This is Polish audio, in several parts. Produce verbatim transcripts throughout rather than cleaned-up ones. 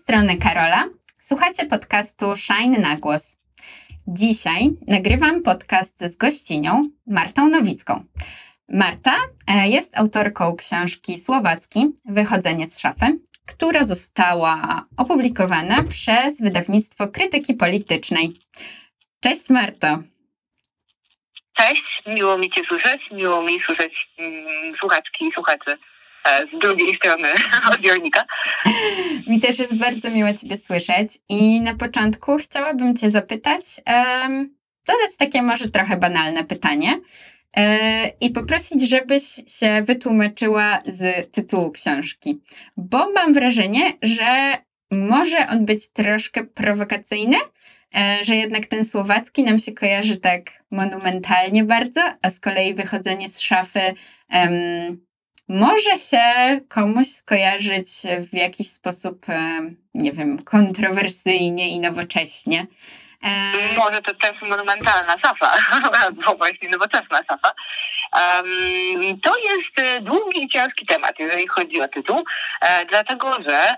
strony Karola. Słuchacie podcastu Shine na głos. Dzisiaj nagrywam podcast z gościnią Martą Nowicką. Marta jest autorką książki Słowacki Wychodzenie z szafy, która została opublikowana przez wydawnictwo Krytyki Politycznej. Cześć Marto. Cześć, miło mi Cię słyszeć, miło mi słyszeć mm, słuchaczki i słuchaczy z drugiej strony odbiornika. Mi też jest bardzo miło Ciebie słyszeć i na początku chciałabym Cię zapytać, um, zadać takie może trochę banalne pytanie e, i poprosić, żebyś się wytłumaczyła z tytułu książki, bo mam wrażenie, że może on być troszkę prowokacyjny, e, że jednak ten słowacki nam się kojarzy tak monumentalnie bardzo, a z kolei wychodzenie z szafy um, może się komuś skojarzyć w jakiś sposób, nie wiem, kontrowersyjnie i nowocześnie. E... Może to też monumentalna szafa, albo właśnie nowoczesna szafa. Um, to jest długi i ciężki temat, jeżeli chodzi o tytuł, e, dlatego że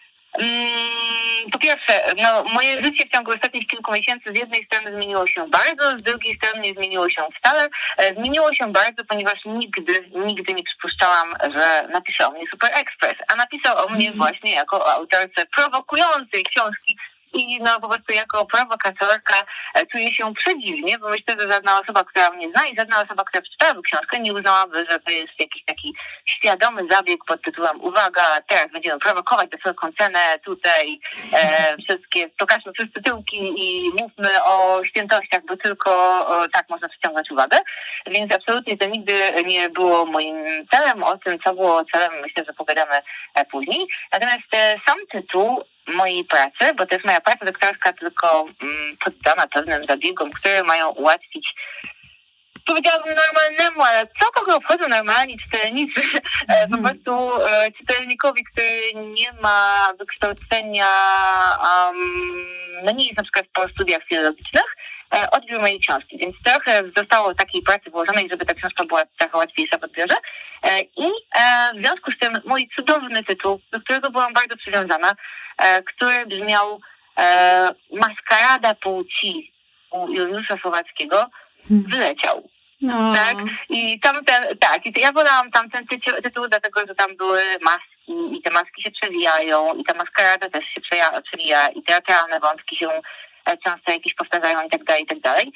po pierwsze, no, moje życie w ciągu ostatnich kilku miesięcy z jednej strony zmieniło się bardzo, z drugiej strony nie zmieniło się wcale. Zmieniło się bardzo, ponieważ nigdy, nigdy nie przypuszczałam, że napisze o mnie Super Express, a napisał o mnie właśnie jako o autorce prowokującej książki. I no po prostu jako prowokatorka czuję się przedziwnie, bo myślę, że żadna osoba, która mnie zna i żadna osoba, która przeczytałaby książkę, nie uznałaby, że to jest jakiś taki świadomy zabieg pod tytułem uwaga, teraz będziemy prowokować za wszelką cenę tutaj e, wszystkie, pokażmy wszyscy tyłki i mówmy o świętościach, bo tylko o, tak można przyciągnąć uwagę. Więc absolutnie to nigdy nie było moim celem. O tym, co było celem, myślę, że pogadamy później. Natomiast e, sam tytuł mojej pracy, bo to jest moja praca doktorska, tylko mm, poddana pewnym zabiegom, które mają ułatwić, powiedziałabym normalnemu, ale co kogo obchodzą normalni czytelnicy? Mm. Po prostu e, czytelnikowi, który nie ma wykształcenia, um, no nie jest na przykład po studiach filologicznych, e, odbiór mojej książki, więc trochę zostało takiej pracy włożonej, żeby ta książka była trochę łatwiejsza w odbiorze. E, I e, w związku z tym mój cudowny tytuł, do którego byłam bardzo przywiązana, e, który brzmiał e, Maskarada płci u Juliusza Słowackiego, hmm. wyleciał. No. Tak? I tamten, tak, i ja wolałam tamten tytuł, tytuł, dlatego że tam były maski i te maski się przewijają i ta maskarada też się przeja, przewija i teatralne wątki się często jakieś powtarzają i tak dalej, i tak dalej.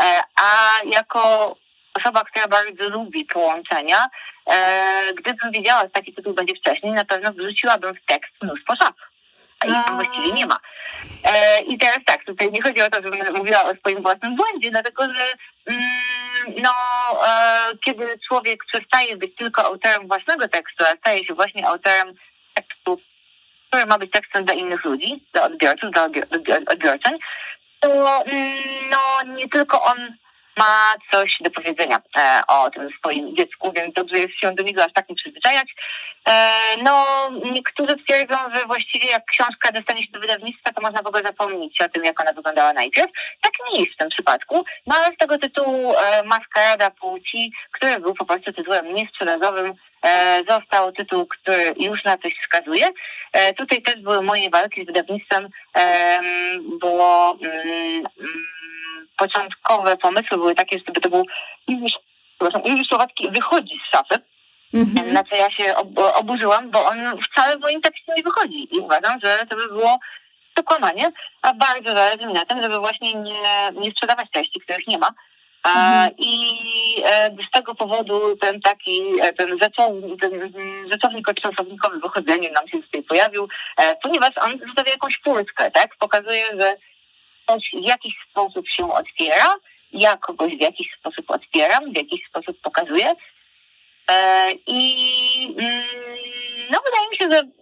A jako osoba, która bardzo lubi połączenia, e, gdybym wiedziała, że taki tytuł będzie wcześniej, na pewno wrzuciłabym w tekst mnóstwo szaf. A ich tam właściwie nie ma. E, I teraz tak, tutaj nie chodzi o to, żebym mówiła o swoim własnym błędzie, dlatego że mm, no, e, kiedy człowiek przestaje być tylko autorem własnego tekstu, a staje się właśnie autorem tekstu, który ma być tekstem dla innych ludzi, dla odbiorców, dla odbiorczeń, to mm, no, nie tylko on ma coś do powiedzenia e, o tym swoim dziecku, więc dobrze jest się do niego aż tak nie przyzwyczajać. E, no, niektórzy twierdzą, że właściwie jak książka dostanie się do wydawnictwa, to można w ogóle zapomnieć o tym, jak ona wyglądała najpierw. Tak nie jest w tym przypadku, no ale z tego tytułu e, Maskarada płci, który był po prostu tytułem niesprzedażowym, e, został tytuł, który już na coś wskazuje. E, tutaj też były moje walki z wydawnictwem, e, bo mm, początkowe pomysły były takie, żeby to był Juliusz Słowacki wychodzi z szafy, mm-hmm. na co ja się ob- oburzyłam, bo on wcale w moim tekście nie wychodzi i uważam, że to by było dokładnie, a bardzo zależy mi na tym, żeby właśnie nie, nie sprzedawać treści, których nie ma. Mm-hmm. I e, z tego powodu ten taki, ten, rzeczow, ten rzeczownik otrząsownikowy wychodzenie nam się tutaj pojawił, e, ponieważ on zostawia jakąś furtkę, tak? Pokazuje, że ktoś w jakiś sposób się otwiera, ja kogoś w jakiś sposób otwieram, w jakiś sposób pokazuję. E, I mm, no wydaje mi się, że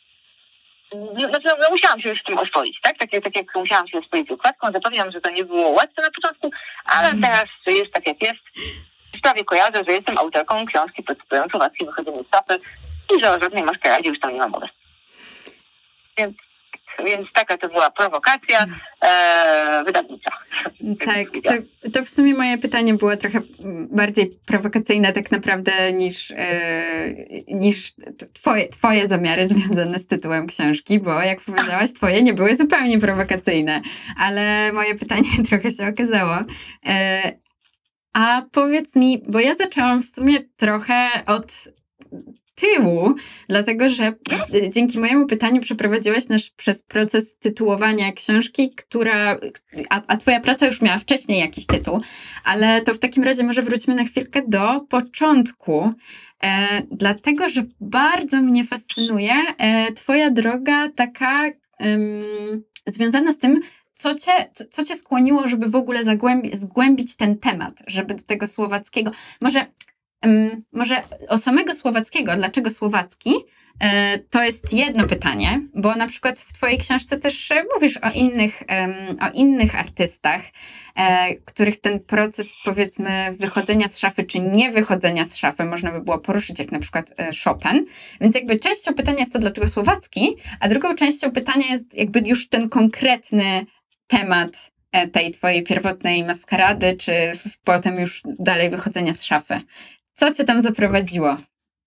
no, no, musiałam się już z tym oswoić, tak? Tak, tak jak musiałam się oswoić z układką, zapewniam, że to nie było łatwe na początku, ale teraz jest tak jak jest. W sprawie kojarzę, że jestem autorką książki pod tytułem Słowacki Wychodzenie z szafy i że o żadnej maskaradzie już tam nie ma mowy. Więc Więc taka to była prowokacja e, wydawnicza. Tak, to, to w sumie moje pytanie było trochę bardziej prowokacyjne tak naprawdę niż, yy, niż twoje, twoje zamiary związane z tytułem książki, bo jak powiedziałaś, twoje nie były zupełnie prowokacyjne, ale moje pytanie trochę się okazało. Yy, a powiedz mi, bo ja zaczęłam w sumie trochę od tyłu, dlatego że dzięki mojemu pytaniu przeprowadziłaś nas przez proces tytułowania książki, która, a, a twoja praca już miała wcześniej jakiś tytuł, ale to w takim razie może wróćmy na chwilkę do początku, e, dlatego że bardzo mnie fascynuje e, twoja droga taka em, związana z tym, co cię, co, co cię skłoniło, żeby w ogóle zagłębi, zgłębić ten temat, żeby do tego słowackiego, może Może o samego Słowackiego, dlaczego Słowacki, to jest jedno pytanie, bo na przykład w twojej książce też mówisz o innych, o innych artystach, których ten proces, powiedzmy, wychodzenia z szafy, czy nie wychodzenia z szafy można by było poruszyć, jak na przykład Chopin. Więc jakby częścią pytania jest to, dlaczego Słowacki, a drugą częścią pytania jest jakby już ten konkretny temat tej twojej pierwotnej maskarady, czy potem już dalej wychodzenia z szafy. Co cię tam zaprowadziło?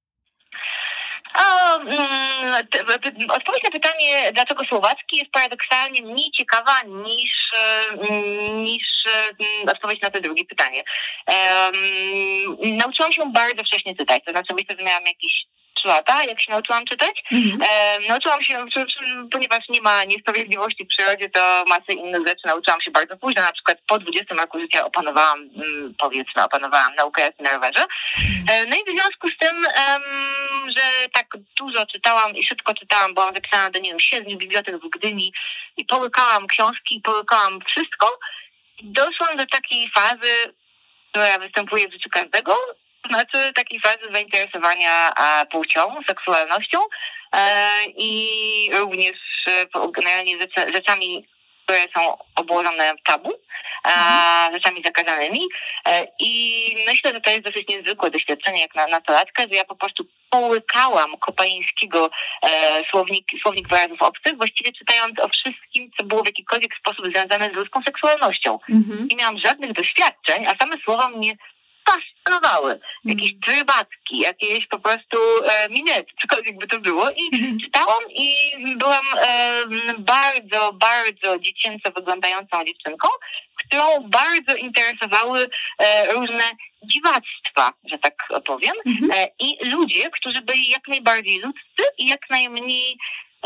O, mm, t, t, odpowiedź na pytanie, dlaczego Słowacki, jest paradoksalnie mniej ciekawa niż, niż mm, odpowiedź na to drugie pytanie. Um, nauczyłam się bardzo wcześnie czytać, to znaczy myślę, że miałam jakieś trzy lata, jak się nauczyłam czytać. Mm-hmm. E, nauczyłam się, ponieważ nie ma niesprawiedliwości w przyrodzie, to masę innych rzeczy nauczyłam się bardzo późno. Na przykład po dwudziestym roku życia opanowałam, powiedzmy, opanowałam naukę jazdy na rowerze. E, no i w związku z tym, um, że tak dużo czytałam i szybko czytałam, byłam zapisana do, nie wiem, siedmiu bibliotek w Gdyni i połykałam książki, połykałam wszystko, doszłam do takiej fazy, która występuje w życiu każdego, to znaczy takiej fazy zainteresowania a, płcią, seksualnością e, i również e, generalnie rzecz, rzeczami, które są obłożone tabu, a, rzeczami zakazanymi. E, I myślę, że to jest dosyć niezwykłe doświadczenie jak na nastolatka, że ja po prostu połykałam Kopańskiego e, słownik, słownik wyrazów obcych, właściwie czytając o wszystkim, co było w jakikolwiek sposób związane z ludzką seksualnością. Mm-hmm. Nie miałam żadnych doświadczeń, a same słowa mnie fascynowały. Jakieś trybacki, jakieś po prostu e, minety, cokolwiek by to było. I czytałam i byłam e, bardzo, bardzo dziecięco wyglądającą dziewczynką, którą bardzo interesowały e, różne dziwactwa, że tak powiem. Mhm. E, I ludzie, którzy byli jak najbardziej ludzcy i jak najmniej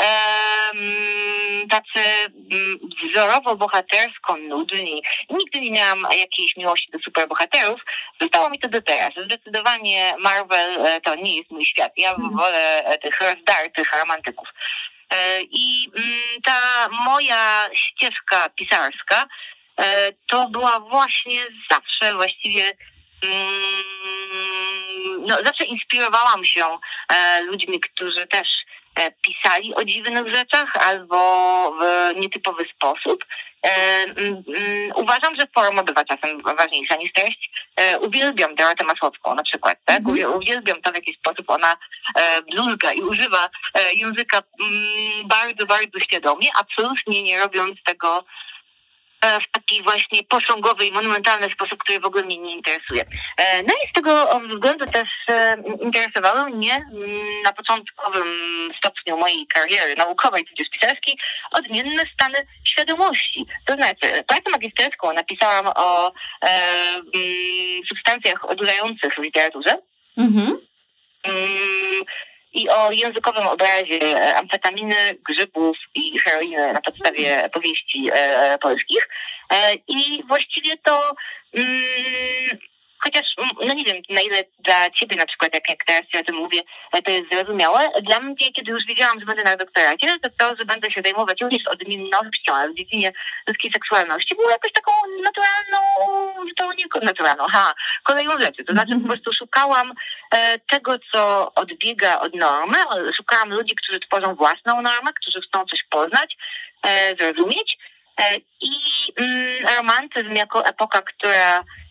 Um, tacy um, wzorowo-bohatersko nudni. Nigdy nie miałam jakiejś miłości do superbohaterów. Zostało mi to do teraz. Zdecydowanie Marvel to nie jest mój świat. Ja mm. wolę tych rozdartych romantyków. I um, ta moja ścieżka pisarska to była właśnie zawsze właściwie um, no, zawsze inspirowałam się ludźmi, którzy też pisali o dziwnych rzeczach albo w nietypowy sposób. Uważam, że forma bywa czasem ważniejsza niż treść. Uwielbiam Dorotę Masłowską na przykład. Tak? Mm-hmm. Uwielbiam to, w jaki sposób ona bluzga i używa języka bardzo, bardzo świadomie, absolutnie nie robiąc tego w taki właśnie posągowy i monumentalny sposób, który w ogóle mnie nie interesuje. No i z tego względu też interesowały mnie na początkowym stopniu mojej kariery naukowej, tudzież pisarskiej, odmienne stany świadomości. To znaczy, pracę magisterską napisałam o e, m, substancjach odurzających w literaturze. Mhm. Mm, i o językowym obrazie amfetaminy, grzybów i heroiny na podstawie powieści e, polskich. E, I właściwie to, mm, chociaż no nie wiem, na ile dla ciebie na przykład, jak, jak teraz ci o tym mówię, to jest zrozumiałe, dla mnie, kiedy już wiedziałam, że będę na doktoracie, to to, że będę się zajmować również odmiennością, ale w dziedzinie ludzkiej seksualności, było jakoś taką naturalną, zupełnie naturalną, ha, kolejną rzeczy. To znaczy po prostu szukałam e, tego, co odbiega od normy, szukałam ludzi, którzy tworzą własną normę, którzy chcą coś poznać, e, zrozumieć e, i mm, romantyzm jako epoka, która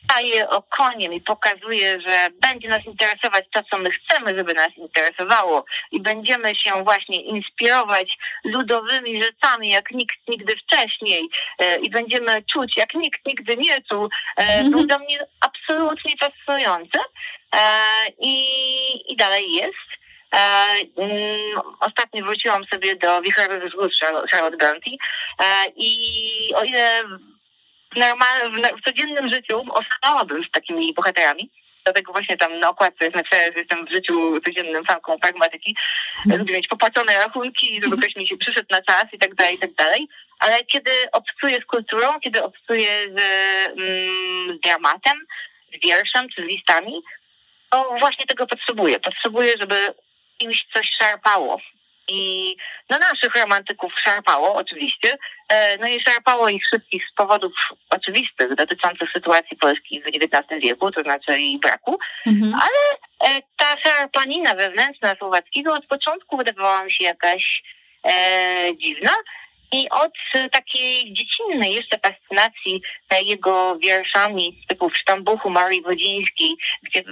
staje okoniem i pokazuje, że będzie nas interesować to, co my chcemy, żeby nas interesowało i będziemy się właśnie inspirować ludowymi rzeczami, jak nikt nigdy wcześniej i będziemy czuć, jak nikt nigdy nie czuł, był dla mnie absolutnie fascynujący i, i dalej jest. Ostatnio wróciłam sobie do Wichrowych Wzgórz Charlotte Bronte i o ile w, normal, w codziennym życiu oszalałabym z takimi bohaterami, dlatego właśnie tam na okładce jest napisane, że jestem w życiu codziennym fanką pragmatyki, lubię mieć popłacone rachunki, żeby ktoś mi się przyszedł na czas i tak dalej, i tak dalej. Ale kiedy obcuję z kulturą, kiedy obcuję z, mm, z dramatem, z wierszem czy z listami, to właśnie tego potrzebuję. Potrzebuję, żeby kimś coś szarpało. I no naszych romantyków szarpało oczywiście, no i szarpało ich wszystkich z powodów oczywistych dotyczących sytuacji Polski w dziewiętnastym wieku, to znaczy jej braku, mhm. ale ta szarpanina wewnętrzna Słowackiego od początku wydawała mi się jakaś e, dziwna i od takiej dziecinnej jeszcze fascynacji jego wierszami z typu W sztambuchu Marii Wodzińskiej gdzie,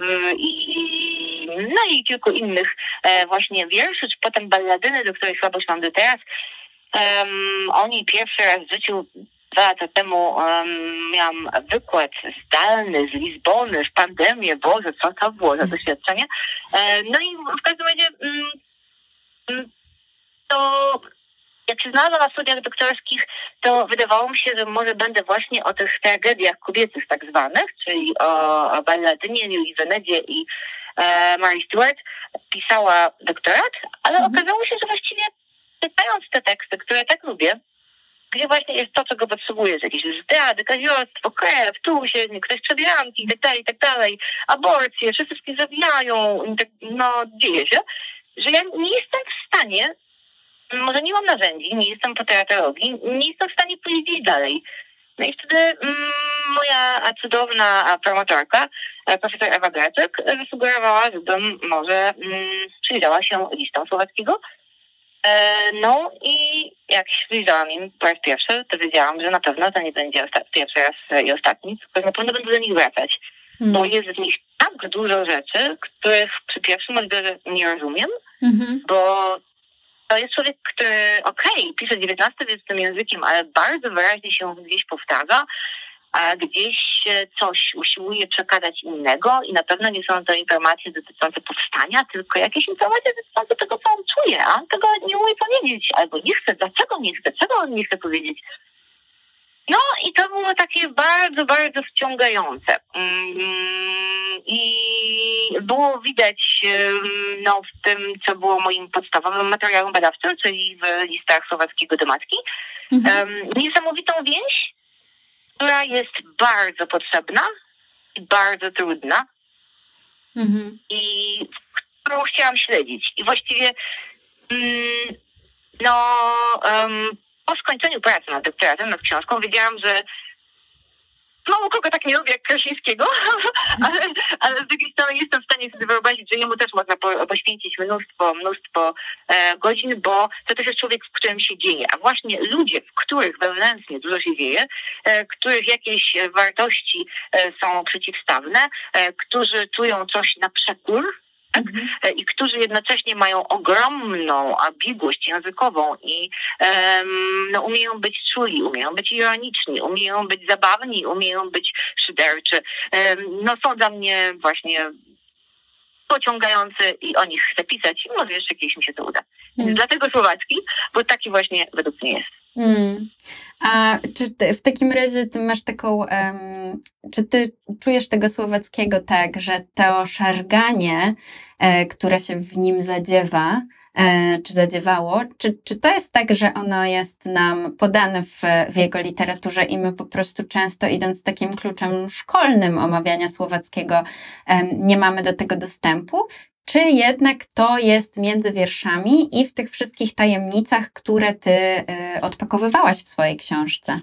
i, no i kilku innych e, właśnie wierszy, czy potem balladyny, do której słabość mam do teraz. Um, oni pierwszy raz w życiu dwa lata temu um, miałam wykład zdalny z Lizbony w pandemię. Boże, co to było za doświadczenie? E, no i w każdym razie um, to jak się znalazłam na studiach doktorskich, to wydawało mi się, że może będę właśnie o tych tragediach kobiecych tak zwanych, czyli o, o balladynie, Lili Venedzie i e, Mary Stuart pisała doktorat, ale mhm. okazało się, że właściwie czytając te teksty, które tak lubię, gdzie właśnie jest to, czego potrzebuję, jakieś zdrady, kaziostwo, krew, tu się ktoś przebieranki i tak dalej, i tak dalej, aborcje, wszyscy wszystkie zabijają, tak, no dzieje się, że ja nie jestem w stanie, może nie mam narzędzi, nie jestem po teatrologii, nie jestem w stanie pójść gdzieś dalej. No i wtedy mm, moja cudowna promotorka, profesor Ewa Graczyk, zasugerowała, żebym może mm, przyjrzała się listom Słowackiego. E, no i jak przyjrzałam im po raz pierwszy, to wiedziałam, że na pewno to nie będzie osta- pierwszy raz i ostatni, tylko na pewno będę do nich wracać. Mm. Bo jest w nich tak dużo rzeczy, których przy pierwszym odbiorze nie rozumiem, mm-hmm. bo to jest człowiek, który okej, okay, pisze dziewiętnastowiecznym językiem, ale bardzo wyraźnie się gdzieś powtarza, a gdzieś coś usiłuje przekazać innego i na pewno nie są to informacje dotyczące powstania, tylko jakieś informacje dotyczące tego, co on czuje, a on tego nie umie powiedzieć, albo nie chce, dlaczego nie chce, czego on nie chce powiedzieć. No i to było takie bardzo, bardzo wciągające. I było widać no, w tym, co było moim podstawowym materiałem badawczym, czyli w listach Słowackiego do matki, mhm. niesamowitą więź, która jest bardzo potrzebna i bardzo trudna mhm. i którą chciałam śledzić. I właściwie mm, no um, po skończeniu pracy nad doktoratem, nad książką, wiedziałam, że mało kogo tak nie lubię jak Krasińskiego, ale, ale z drugiej strony jestem w stanie sobie wyobrazić, że jemu też można po, poświęcić mnóstwo, mnóstwo e, godzin, bo to też jest człowiek, w którym się dzieje. A właśnie ludzie, w których wewnętrznie dużo się dzieje, e, których jakieś wartości e, są przeciwstawne, e, którzy czują coś na przekór, tak? Mhm. I którzy jednocześnie mają ogromną biegłość językową i um, no, umieją być czuli, umieją być ironiczni, umieją być zabawni, umieją być szyderczy. Um, no są dla mnie właśnie pociągający i o nich chcę pisać i może jeszcze kiedyś mi się to uda. Mhm. Dlatego słowacki, bo taki właśnie według mnie jest. Hmm. A czy ty, w takim razie ty masz taką, um, czy ty czujesz tego Słowackiego tak, że to szarganie, e, które się w nim zadziewa, e, czy zadziewało, czy, czy to jest tak, że ono jest nam podane w, w jego literaturze i my po prostu często idąc takim kluczem szkolnym omawiania Słowackiego e, nie mamy do tego dostępu? Czy jednak to jest między wierszami i w tych wszystkich tajemnicach, które ty y, odpakowywałaś w swojej książce?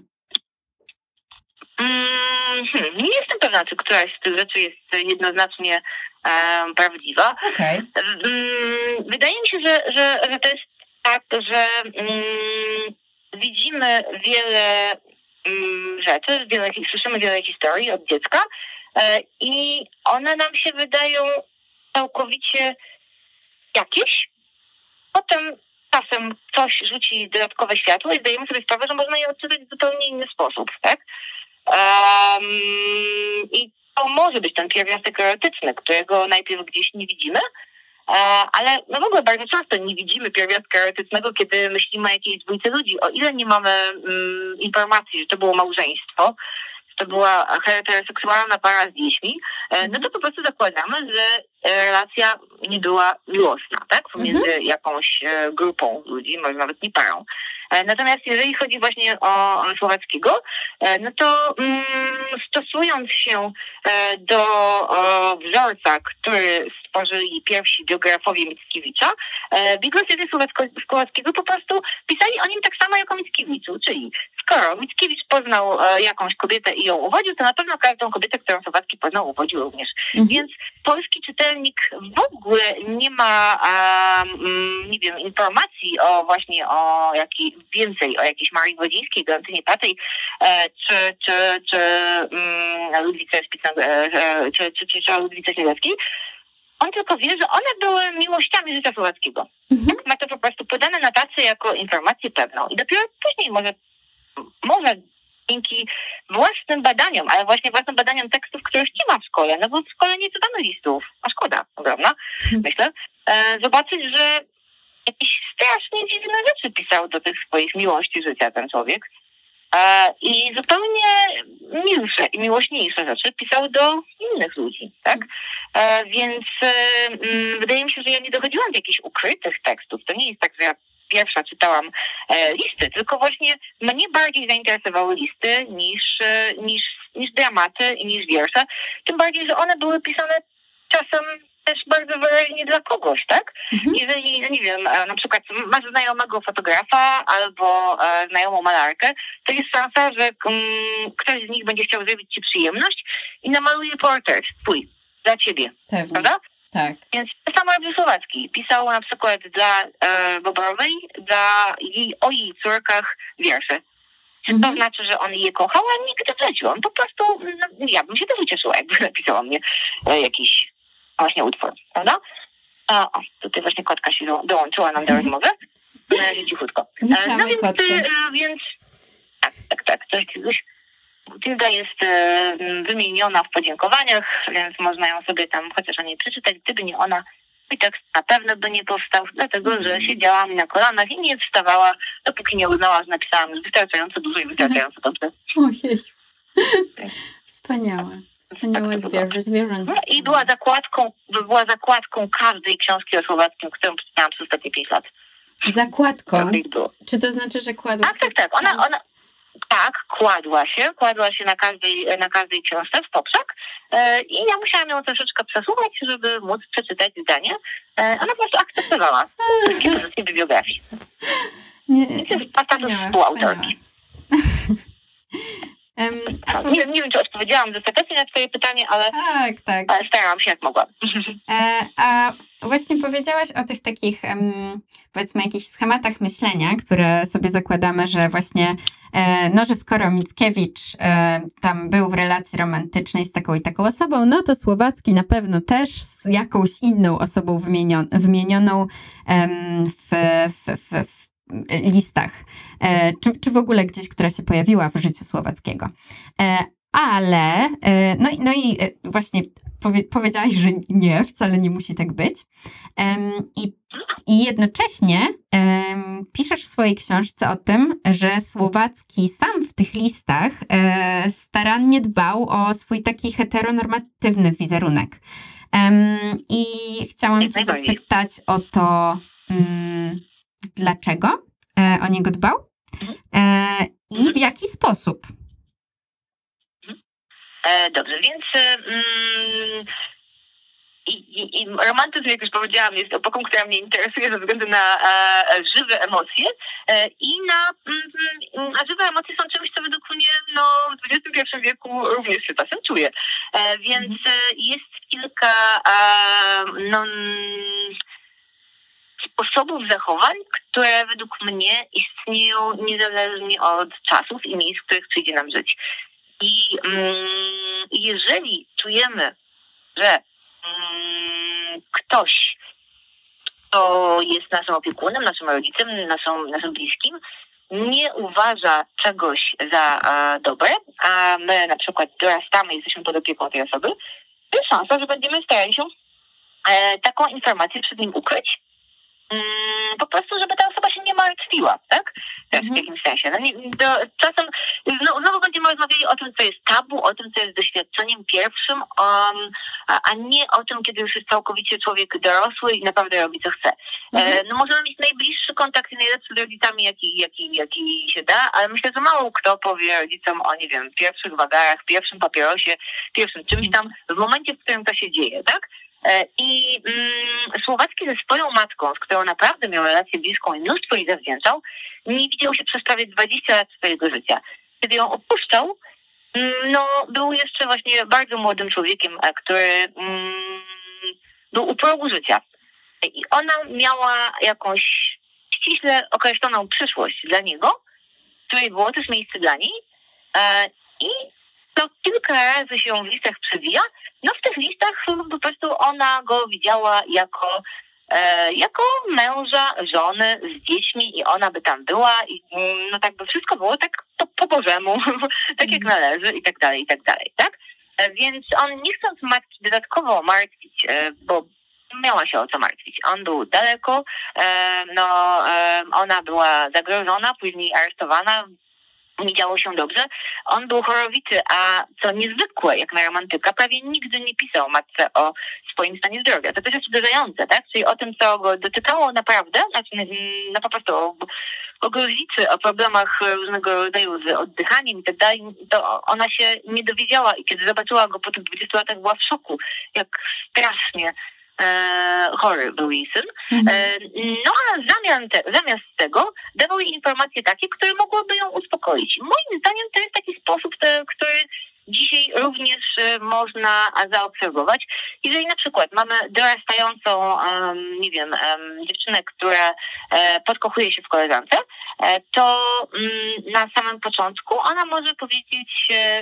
Mm, hmm, nie jestem pewna, czy któraś z tych rzeczy jest jednoznacznie um, prawdziwa. Okay. Um, wydaje mi się, że, że, że to jest tak, że um, widzimy wiele mm, rzeczy, wiele, słyszymy wiele historii od dziecka e, i one nam się wydają całkowicie jakieś. Potem czasem coś rzuci dodatkowe światło i zdajemy sobie sprawę, że można je odczytać w zupełnie inny sposób, tak? Um, I to może być ten pierwiastek erotyczny, którego najpierw gdzieś nie widzimy, ale no w ogóle bardzo często nie widzimy pierwiastka erotycznego, kiedy myślimy o jakiejś dwójce ludzi. O ile nie mamy mm, informacji, że to było małżeństwo, że to była heteroseksualna para z dziećmi, mm. no to po prostu zakładamy, że relacja nie była miłosna, tak? Pomiędzy mm-hmm. jakąś grupą ludzi, może nawet nie parą. Natomiast jeżeli chodzi właśnie o Słowackiego, no to mm, stosując się do o, wzorca, który stworzyli pierwsi biografowie Mickiewicza, biografowie Słowackiego po prostu pisali o nim tak samo jak o Mickiewiczu, czyli skoro Mickiewicz poznał jakąś kobietę i ją uwodził, to na pewno każdą kobietę, którą Słowacki poznał, uwodził również. Mhm. Więc polski czytelnik w ogóle nie ma, um, nie wiem, informacji o właśnie o jakiej więcej o jakiejś Marii Wodzińskiej, Leontynie Patej, e, czy, czy, czy um, Ludwice Spicang, e, czy, czy, czy, czy Ludwice Śniadeckiej. On tylko wie, że one były miłościami życia Słowackiego. Mhm. Tak ma to po prostu podane na tacy jako informację pewną. I dopiero później może, może dzięki własnym badaniom, ale właśnie własnym badaniom tekstów, których nie ma w szkole, no bo w szkole nie czytamy listów, a szkoda, ogromna, mhm. myślę, e, zobaczyć, że jakieś strasznie dziwne rzeczy pisał do tych swoich miłości życia ten człowiek. E, I zupełnie milsze i miłośniejsze rzeczy pisał do innych ludzi, tak? E, więc e, m, wydaje mi się, że ja nie dochodziłam do jakichś ukrytych tekstów. To nie jest tak, że ja pierwsza czytałam e, listy, tylko właśnie mnie bardziej zainteresowały listy niż, e, niż, niż dramaty i niż wiersze. Tym bardziej, że one były pisane czasem też bardzo wyraźnie dla kogoś, tak? Mhm. Jeżeli, no nie wiem, na przykład masz znajomego fotografa albo e, znajomą malarkę, to jest szansa, że um, ktoś z nich będzie chciał zrobić ci przyjemność i namaluje portret twój, dla ciebie. Pewnie. Prawda? Tak. Więc to samo robił Słowacki. Pisał na przykład dla e, Bobrowej, dla jej, o jej córkach wiersze. Czy mhm. to znaczy, że on je kochał? A nigdy w życiu. On po prostu, no, ja bym się też ucieszyła, jakby napisał o mnie e, jakiś właśnie utwór, prawda? A, o, tutaj właśnie kotka się do, dołączyła nam do rozmowy. Na razie cichutko. Witamy, no więc, kotkę. e, więc tak, tak, tak. Coś, coś. Tilda jest e, wymieniona w podziękowaniach, więc można ją sobie tam chociaż o niej przeczytać. Gdyby nie ona, i tekst na pewno by nie powstał, dlatego że siedziała mi na kolanach i nie wstawała, dopóki nie uznała, że napisałam już wystarczająco dużo i wystarczająco dobrze. Ojej. Wspaniałe. Wspaniałe zwierzę, zwierzęta. I była zakładką, była zakładką każdej książki o Słowackim, którą przeczytałam przez ostatnie pięć lat. Zakładką? Czy to znaczy, że kładła tak, się... Tak, tak, ona, ona tak, kładła się, kładła się na każdej, na każdej książce w poprzek e, i ja musiałam ją troszeczkę przesuwać, żeby móc przeczytać zdanie. E, ona po prostu akceptowała wszystkie pozycje bibliografii. Nie, Więc jest status współautorki. Um, a powie... nie, nie wiem, czy odpowiedziałam dostatecznie na twoje pytanie, ale, tak, tak. ale starałam się jak mogłam. E, a właśnie powiedziałaś o tych takich, um, powiedzmy, jakichś schematach myślenia, które sobie zakładamy, że właśnie, e, no, że skoro Mickiewicz e, tam był w relacji romantycznej z taką i taką osobą, no to Słowacki na pewno też z jakąś inną osobą wymienion, wymienioną um, w, w, w, w listach, e, czy, czy w ogóle gdzieś, która się pojawiła w życiu Słowackiego. E, ale, e, no, no i właśnie powie, powiedziałaś, że nie, wcale nie musi tak być. E, i, I jednocześnie e, piszesz w swojej książce o tym, że Słowacki sam w tych listach e, starannie dbał o swój taki heteronormatywny wizerunek. E, I chciałam cię zapytać o to, mm, dlaczego e, o niego dbał e, i w jaki sposób? E, dobrze, więc mm, i, i, i romantyzm, jak już powiedziałam, jest epoką, która mnie interesuje ze względu na e, żywe emocje e, i na mm, a żywe emocje są czymś, co według mnie no, w dwudziestym pierwszym wieku również się czasem czuje. E, więc mhm. jest kilka e, no, sposobów zachowań, które według mnie istnieją niezależnie od czasów i miejsc, w których przyjdzie nam żyć. I mm, jeżeli czujemy, że mm, ktoś, kto jest naszym opiekunem, naszym rodzicem, naszym, naszym bliskim, nie uważa czegoś za a, dobre, a my na przykład dorastamy, jesteśmy pod opieką tej osoby, to jest szansa, że będziemy starali się e, taką informację przed nim ukryć. Mm, po prostu, żeby ta osoba się nie martwiła, tak? tak w jakimś sensie. No, nie, to, czasem no, znowu będziemy rozmawiali o tym, co jest tabu, o tym, co jest doświadczeniem pierwszym, um, a, a nie o tym, kiedy już jest całkowicie człowiek dorosły i naprawdę robi, co chce. Mhm. E, no możemy mieć najbliższy kontakt i najlepszy z rodzicami, jaki, jaki, jaki się da, ale myślę, że mało kto powie rodzicom o, nie wiem, pierwszych wagarach, pierwszym papierosie, pierwszym czymś tam, w momencie, w którym to się dzieje, tak? I mm, Słowacki ze swoją matką, z którą naprawdę miał relację bliską i mnóstwo jej zawdzięczał, nie widział się przez prawie dwadzieścia lat swojego życia. Kiedy ją opuszczał, no, był jeszcze właśnie bardzo młodym człowiekiem, który mm, był u progu życia. I ona miała jakąś ściśle określoną przyszłość dla niego, w której było też miejsce dla niej. I to kilka razy się w listach przewija. No w tych listach po prostu ona go widziała jako, e, jako męża, żony z dziećmi i ona by tam była i no tak by wszystko było tak po, po Bożemu, tak jak należy i tak dalej, i tak dalej, tak? E, więc on nie chcąc matki dodatkowo martwić, e, bo miała się o co martwić. On był daleko, e, no e, ona była zagrożona, później aresztowana, nie działo się dobrze. On był chorowity, a co niezwykłe, jak na romantyka, prawie nigdy nie pisał matce o swoim stanie zdrowia. To też jest uderzające, tak? Czyli o tym, co go dotykało naprawdę, znaczy no po prostu o, o gruźlicy, o problemach różnego rodzaju z oddychaniem i tak dalej, to ona się nie dowiedziała i kiedy zobaczyła go po tych dwudziestu latach, była w szoku, jak strasznie E, chory był jej syn. Mhm. E, no a zamiast, te, zamiast tego dawał jej informacje takie, które mogłyby ją uspokoić. Moim zdaniem to jest taki sposób, te, który dzisiaj również e, można zaobserwować. Jeżeli na przykład mamy dorastającą, um, nie wiem, um, dziewczynę, która e, podkochuje się w koleżance, e, to um, na samym początku ona może powiedzieć e,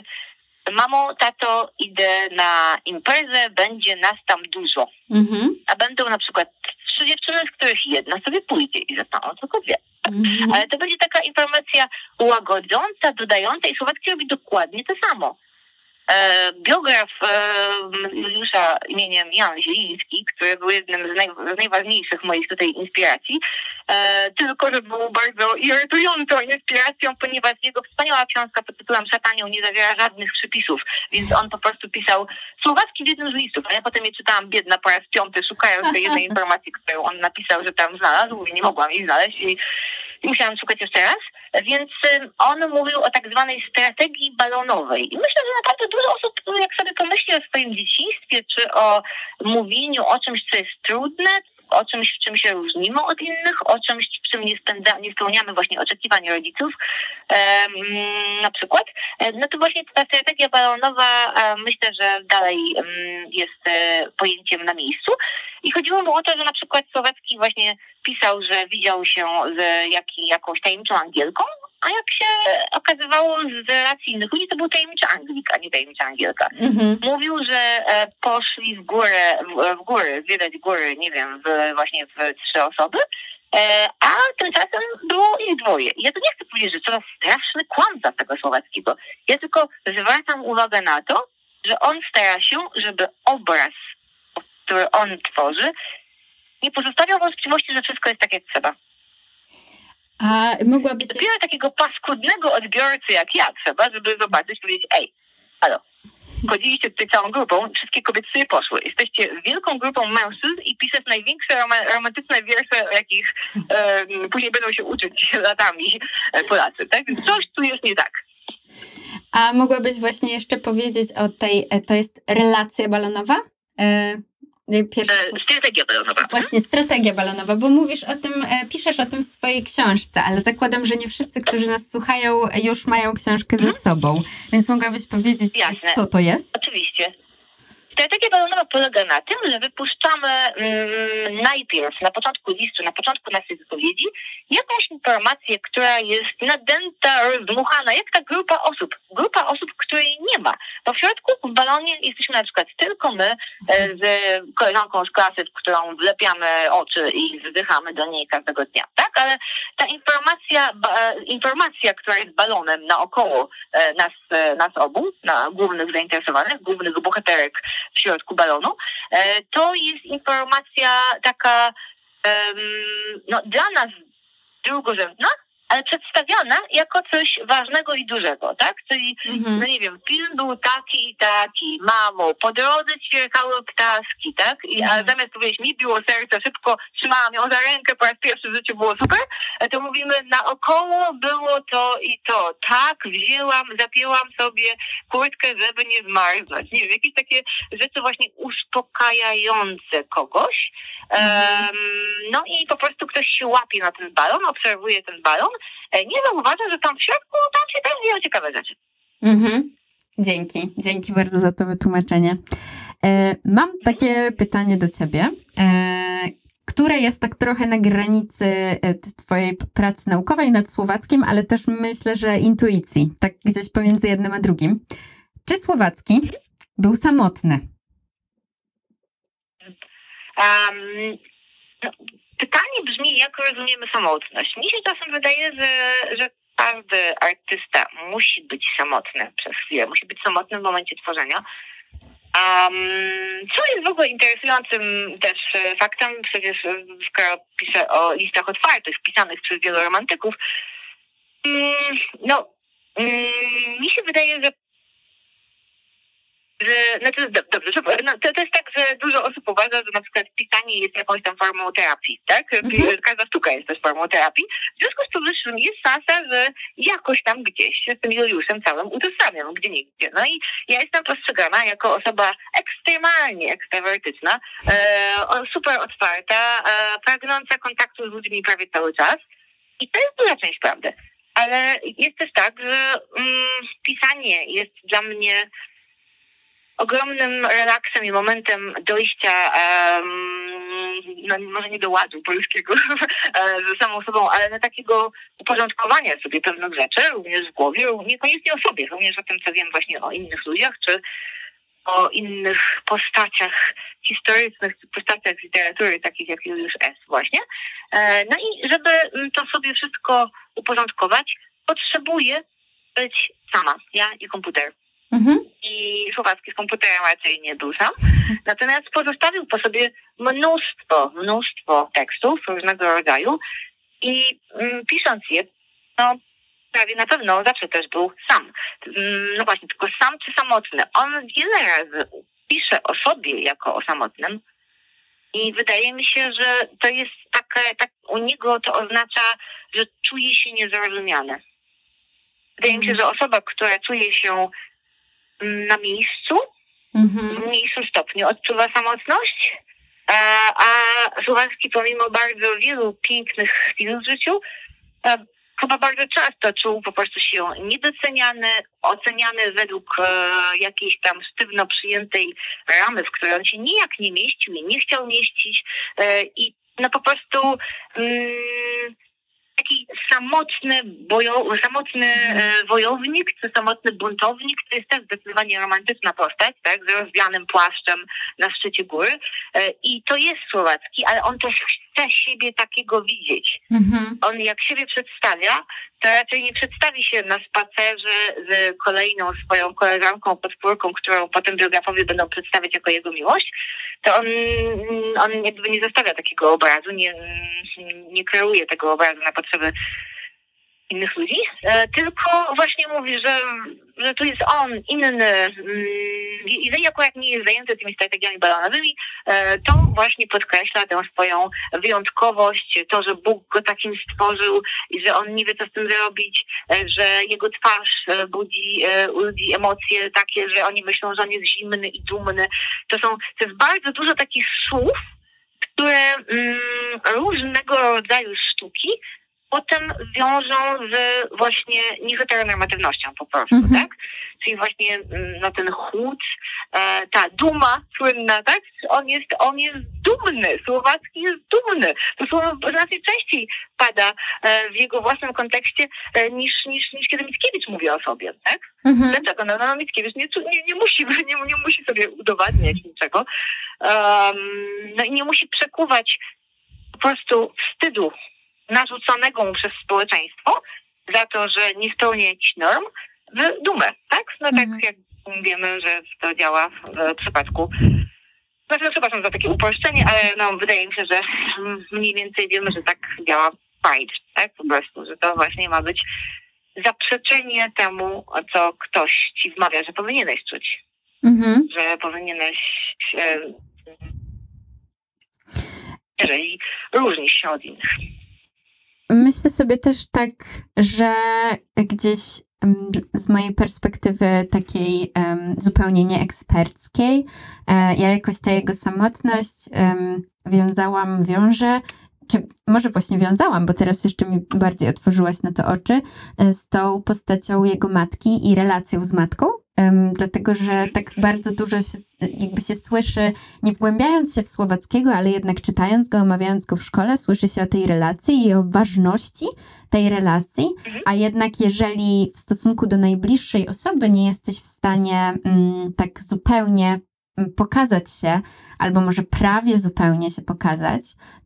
mamo, tato, idę na imprezę, będzie nas tam dużo. Mhm. A będą na przykład trzy dziewczyny, z których jedna sobie pójdzie i zostaną tylko dwie. Mhm. Ale to będzie taka informacja łagodząca, dodająca i Słowacki robi dokładnie to samo. E, biograf e, Juliusza imieniem Jan Zieliński, który był jednym z, naj, z najważniejszych moich tutaj inspiracji, e, tylko że był bardzo irytującą inspiracją, ponieważ jego wspaniała książka pod tytułem Szatanią nie zawiera żadnych przypisów, więc on po prostu pisał Słowacki w jednym z listów, a ja potem je czytałam biedna po raz piąty, szukając tej jednej informacji, którą on napisał, że tam znalazł i nie mogłam jej znaleźć i I musiałam szukać jeszcze raz, więc on mówił o tak zwanej strategii balonowej. I myślę, że naprawdę dużo osób, jak sobie pomyśli o swoim dzieciństwie, czy o mówieniu o czymś, co jest trudne, o czymś, w czym się różnimy od innych, o czymś, w czym nie, spędza, nie spełniamy właśnie oczekiwań rodziców, um, na przykład, no to właśnie ta strategia balonowa um, myślę, że dalej um, jest um, pojęciem na miejscu. I chodziło mu o to, że na przykład Słowacki właśnie pisał, że widział się z jak, jakąś tajemniczą Angielką, a jak się okazywało z relacji innych ludzi, to był tajemniczy Anglik, a nie tajemnicza Angielka. Mhm. Mówił, że e, poszli w górę, w, w góry, zwiedzać góry, nie wiem, w, właśnie w trzy osoby, e, a tymczasem było ich dwoje. I ja tu nie chcę powiedzieć, że to jest straszny kłamca tego Słowackiego. Ja tylko zwracam uwagę na to, że on stara się, żeby obraz, który on tworzy, nie pozostawiał wątpliwości, że wszystko jest tak, jak trzeba. A mogłabyś... Dopiero takiego paskudnego odbiorcy jak ja trzeba, żeby zobaczyć, powiedzieć, ej, halo, chodziliście tutaj całą grupą, wszystkie kobiety sobie poszły. Jesteście wielką grupą mężczyzn i piszesz największe rom- romantyczne wiersze, jakich e, później będą się uczyć latami Polacy. Tak? Więc coś tu jest nie tak. A mogłabyś właśnie jeszcze powiedzieć o tej, to jest relacja balonowa? E- Pierwszy... Strategia balonowa. Właśnie, strategia balonowa, bo mówisz o tym, piszesz o tym w swojej książce, ale zakładam, że nie wszyscy, którzy nas słuchają, już mają książkę ze sobą, więc mogłabyś powiedzieć, Jasne. Co to jest? Oczywiście. Strategia balonowa polega na tym, że wypuszczamy mm, najpierw na początku listu, na początku naszej wypowiedzi jakąś informację, która jest nadęta, rozdmuchana, jak ta grupa osób. Grupa osób, której nie ma. Bo w środku w balonie jesteśmy na przykład tylko my e, z koleżanką z klasy, w którą wlepiamy oczy i wdychamy do niej każdego dnia, tak? Ale ta informacja, ba, informacja, która jest balonem naokoło e, nas, e, nas obu, na głównych zainteresowanych, głównych bohaterek w środku balonu, e, to jest informacja taka no, dla nas drugorzędna, ale przedstawiona jako coś ważnego i dużego, tak? Czyli, mhm. no nie wiem, film był taki i taki, mamo, po drodze ćwierkały ptaski, tak? I, mhm. A zamiast powiedzieć, mi biło serce, szybko trzymałam ją za rękę, po raz pierwszy w życiu było super, to mówimy, naokoło było to i to. Tak, wzięłam, zapięłam sobie kurtkę, żeby nie zmarznąć. Nie wiem, jakieś takie rzeczy właśnie uspokajające kogoś. Mhm. Um, no i po prostu ktoś się łapie na ten balon, obserwuje ten balon, nie zauważa, że tam w środku tam się też dzieją ciekawe rzeczy. Mhm. Dzięki. Dzięki bardzo za to wytłumaczenie. E, mam takie pytanie do ciebie, e, które jest tak trochę na granicy e, twojej pracy naukowej nad słowackim, ale też myślę, że intuicji, tak gdzieś pomiędzy jednym a drugim. Czy Słowacki był samotny? Um, no. Pytanie brzmi, jak rozumiemy samotność. Mi się czasem wydaje, że, że każdy artysta musi być samotny przez chwilę, musi być samotny w momencie tworzenia. Um, co jest w ogóle interesującym też faktem, przecież skoro piszę o listach otwartych, pisanych przez wielu romantyków, um, no, um, mi się wydaje, że Że, no to jest dobrze, no to, to jest tak, że dużo osób uważa, że na przykład pisanie jest jakąś tam formą terapii, tak? Mhm. Każda sztuka jest też formą terapii. W związku z powyższym jest szansa, że jakoś tam gdzieś się z tym Juliuszem całym utożsamiam, gdzie nigdzie. No i ja jestem postrzegana jako osoba ekstremalnie ekstrawertyczna, e, super otwarta, e, pragnąca kontaktu z ludźmi prawie cały czas. I to jest duża część prawdy. Ale jest też tak, że mm, pisanie jest dla mnie ogromnym relaksem i momentem dojścia, um, no może nie do ładu polskiego ze samą sobą, ale na takiego uporządkowania sobie pewnych rzeczy, również w głowie, niekoniecznie o sobie, również o tym, co wiem właśnie o innych ludziach, czy o innych postaciach historycznych, czy postaciach z literatury, takich jak Juliusz S. właśnie. No i żeby to sobie wszystko uporządkować, potrzebuję być sama, ja i komputer. Mhm. I Słowacki z komputerem raczej nie był sam. Natomiast pozostawił po sobie mnóstwo, mnóstwo tekstów różnego rodzaju i mm, pisząc je, no prawie na pewno zawsze też był sam. No właśnie, tylko sam czy samotny. On wiele razy pisze o sobie jako o samotnym i wydaje mi się, że to jest takie, tak u niego to oznacza, że czuje się niezrozumiany. Wydaje mi się, że osoba, która czuje się na miejscu, mm-hmm. w mniejszym stopniu odczuwa samotność, a, a Słowacki pomimo bardzo wielu pięknych chwil w życiu, a, chyba bardzo często czuł po prostu się niedoceniany, oceniany według e, jakiejś tam sztywno przyjętej ramy, w której on się nijak nie mieścił i nie chciał mieścić e, i no po prostu mm, taki samotny, bojo, samotny e, wojownik, czy samotny buntownik, to jest też zdecydowanie romantyczna postać, tak, z rozwianym płaszczem na szczycie góry. E, I to jest Słowacki, ale on też chce siebie takiego widzieć. Mhm. On jak siebie przedstawia, to raczej nie przedstawi się na spacerze z kolejną swoją koleżanką, podpórką, którą potem biografowie będą przedstawiać jako jego miłość, to on, on jakby nie zostawia takiego obrazu, nie, nie kreuje tego obrazu na potrzeby innych ludzi, tylko właśnie mówi, że, że tu jest on inny. Jeżeli akurat nie jest zajęty tymi strategiami balonowymi, to właśnie podkreśla tę swoją wyjątkowość, to, że Bóg go takim stworzył i że on nie wie, co z tym zrobić, że jego twarz budzi u ludzi emocje takie, że oni myślą, że on jest zimny i dumny. To są, to jest bardzo dużo takich słów, które mm, różnego rodzaju sztuki potem wiążą z właśnie nieheteronormatywnością po prostu, mm-hmm. tak? Czyli właśnie no, ten chłód, e, ta duma słynna, tak? On jest, on jest dumny, Słowacki jest dumny. To słowo znacznie częściej pada e, w jego własnym kontekście e, niż, niż, niż kiedy Mickiewicz mówi o sobie, tak? Mhm. Dlaczego? No, no Mickiewicz nie, nie, nie, musi, nie, nie musi sobie udowadniać niczego. Um, no i nie musi przekuwać po prostu wstydu narzuconego mu przez społeczeństwo za to, że nie spełnia jakichś norm, w dumę, tak? No tak mm. jak wiemy, że to działa w przypadku, znaczy no, przepraszam za takie uproszczenie, ale no wydaje mi się, że mniej więcej wiemy, że tak działa Pride, tak? Po prostu, że to właśnie ma być zaprzeczenie temu, co ktoś ci wmawia, że powinieneś czuć. Mm-hmm. Że powinieneś e, jeżeli różnisz się od innych. Myślę sobie też tak, że gdzieś z mojej perspektywy takiej um, zupełnie nieeksperckiej, e, ja jakoś tę jego samotność um, wiązałam, wiążę, czy może właśnie wiązałam, bo teraz jeszcze mi bardziej otworzyłaś na to oczy, e, z tą postacią jego matki i relacją z matką. Um, dlatego, że tak bardzo dużo się, jakby się słyszy, nie wgłębiając się w Słowackiego, ale jednak czytając go, omawiając go w szkole, słyszy się o tej relacji i o ważności tej relacji, a jednak jeżeli w stosunku do najbliższej osoby nie jesteś w stanie um, tak zupełnie um, pokazać się, albo może prawie zupełnie się pokazać,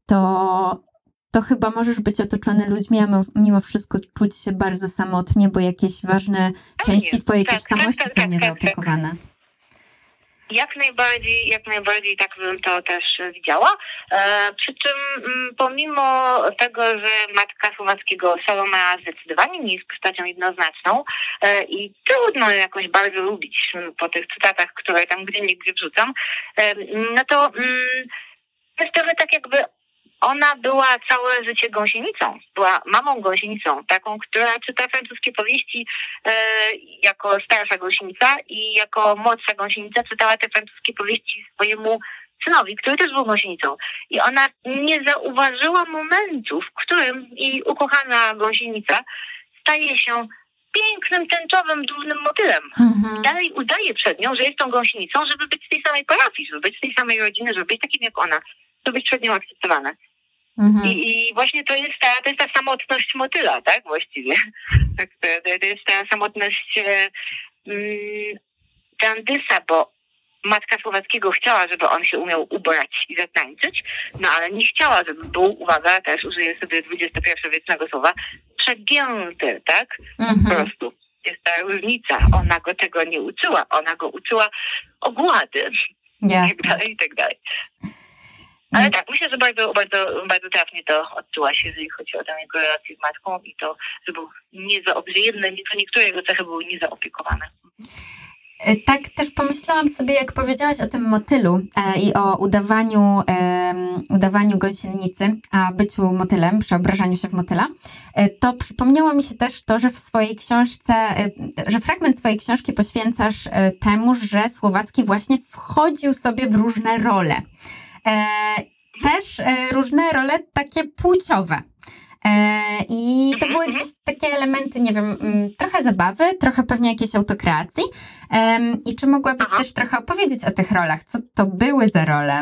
to to chyba możesz być otoczony ludźmi, a mimo wszystko czuć się bardzo samotnie, bo jakieś ważne części twojej tak, tożsamości tak, tak, są niezaopiekowane. Tak, tak. Jak najbardziej, jak najbardziej tak bym to też widziała. E, przy czym m, pomimo tego, że matka Słowackiego Salomea zdecydowanie nie jest postacią jednoznaczną e, i trudno jakoś bardzo lubić po tych cytatach, które tam gdzie niegdzie wrzucam, e, no to m, jest trochę tak jakby ona była całe życie gąsienicą. Była mamą gąsienicą, taką, która czyta francuskie powieści e, jako starsza gąsienica i jako młodsza gąsienica czytała te francuskie powieści swojemu synowi, który też był gąsienicą. I ona nie zauważyła momentu, w którym jej ukochana gąsienica staje się pięknym, tęczowym, dużym motylem. Mhm. Dalej udaje przed nią, że jest tą gąsienicą, żeby być z tej samej parafii, żeby być z tej samej rodziny, żeby być takim jak ona, żeby być przed nią akceptowane. Mhm. I, I właśnie to jest ta, to jest ta samotność motyla, tak? Właściwie. Tak, to, to jest ta samotność e, mm, Jandysa, bo matka Słowackiego chciała, żeby on się umiał ubrać i zatańczyć, no ale nie chciała, żeby był, uwaga, też użyję sobie dwudziestopierwowiecznego słowa, przegięty, tak? Mhm. Po prostu. Jest ta różnica. Ona go tego nie uczyła. Ona go uczyła ogłady. Jasne. I tak dalej, i tak dalej. Ale tak, myślę, że bardzo, bardzo, bardzo trafnie to odczułaś, jeżeli chodzi o tę jego relację z matką i to, że był niezaopiekowane, jedne, niektóre jego cechy były niezaopiekowane. Tak też pomyślałam sobie, jak powiedziałaś o tym motylu e, i o udawaniu, e, udawaniu gąsienicy, a byciu motylem, przeobrażaniu się w motyla, e, to przypomniało mi się też to, że w swojej książce, e, że fragment swojej książki poświęcasz e, temu, że Słowacki właśnie wchodził sobie w różne role. E, też e, różne role takie płciowe. E, I to były gdzieś takie elementy, nie wiem, m, trochę zabawy, trochę pewnie jakiejś autokreacji. E, I czy mogłabyś Aha. też trochę opowiedzieć o tych rolach? Co to były za role?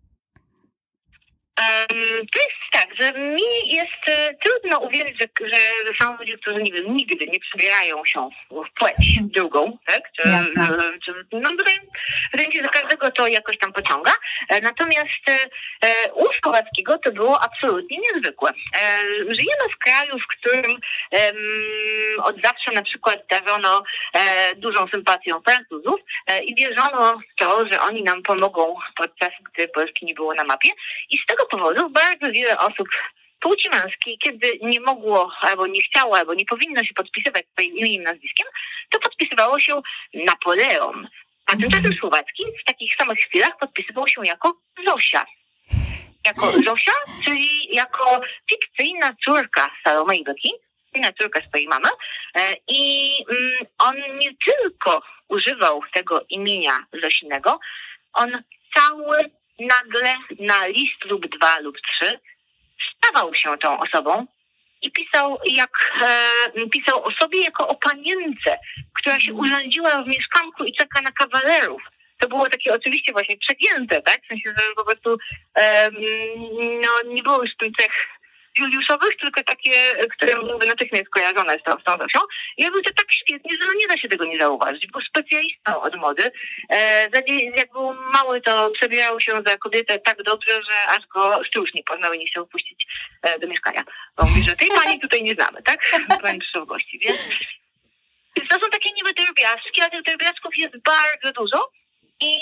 Um, to jest tak, że mi jest e, trudno uwierzyć, że, że są ludzie, którzy nie wiem, nigdy nie przebierają się w płeć drugą, tak? Czy, Jasne. Czy, no wydaje, wydaje mi się, że każdego to jakoś tam pociąga. E, natomiast e, u Słowackiego to było absolutnie niezwykłe. E, żyjemy w kraju, w którym e, od zawsze na przykład darzono e, dużą sympatią Francuzów e, i wierzono w to, że oni nam pomogą podczas gdy Polski nie było na mapie. I z tego powodu bardzo wiele osób płci męskiej, kiedy nie mogło, albo nie chciało, albo nie powinno się podpisywać swoim imieniem, nazwiskiem, to podpisywało się Napoleon. A tymczasem Słowacki w takich samych chwilach podpisywał się jako Zosia. Jako Zosia, czyli jako fikcyjna córka Salomei Beki, fikcyjna córka swojej mamy. I on nie tylko używał tego imienia Zosinego, on cały nagle na list lub dwa lub trzy stawał się tą osobą i pisał jak e, pisał o sobie jako o panience, która się urządziła w mieszkanku i czeka na kawalerów. To było takie oczywiście właśnie przegięte, tak? W sensie, że po prostu um, no, nie było już w tym cech Juliuszowych, tylko takie, które były natychmiast kojarzone z tą, z tą Zosią. I robił to tak świetnie, że no nie da się tego nie zauważyć. Był specjalistą od mody. E, jak był mały, to przebierał się za kobietę tak dobrze, że aż go stróż nie poznał i nie chciał wpuścić e, do mieszkania. Bo mówi, że tej pani tutaj nie znamy, tak? Pani przyszła w gości, więc... Więc to są takie niby drobiazgi, a tych drobiazgów jest bardzo dużo i,